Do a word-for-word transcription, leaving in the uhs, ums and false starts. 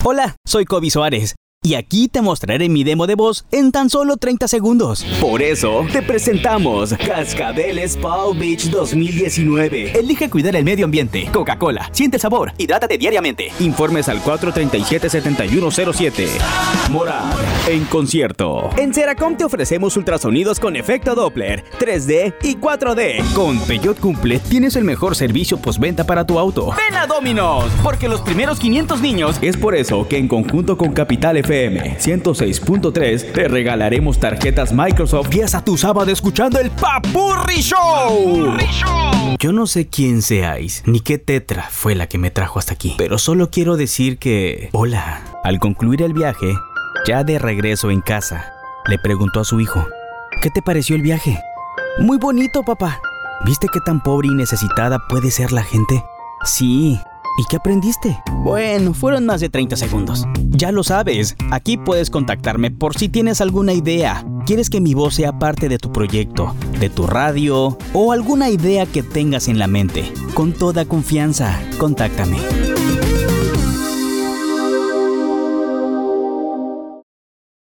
Hola, soy Kobe Suárez. Y aquí te mostraré mi demo de voz en tan solo treinta segundos. Por eso, te presentamos Cascabeles Palm Beach dos mil diecinueve. Elige cuidar el medio ambiente. Coca-Cola, siente el sabor, hidrátate diariamente. Informes al cuatro tres siete, siete uno cero siete. Morad en concierto. En Seracom te ofrecemos ultrasonidos con efecto Doppler, tres D y cuatro D. Con Peugeot Cumple tienes el mejor servicio postventa para tu auto. ¡Ven a Domino's! Porque los primeros quinientos niños... Es por eso que en conjunto con Capital F M ciento seis punto tres te regalaremos tarjetas Microsoft. Empieza tu sábado escuchando el Papurri Show. Papurri Show. Yo no sé quién seáis, ni qué tetra fue la que me trajo hasta aquí, pero solo quiero decir que... Hola. Al concluir el viaje, ya de regreso en casa, le preguntó a su hijo: ¿qué te pareció el viaje? Muy bonito, papá. ¿Viste qué tan pobre y necesitada puede ser la gente? Sí. ¿Y qué aprendiste? Bueno, fueron más de treinta segundos. Ya lo sabes, aquí puedes contactarme por si tienes alguna idea. ¿Quieres que mi voz sea parte de tu proyecto, de tu radio o alguna idea que tengas en la mente? Con toda confianza, contáctame.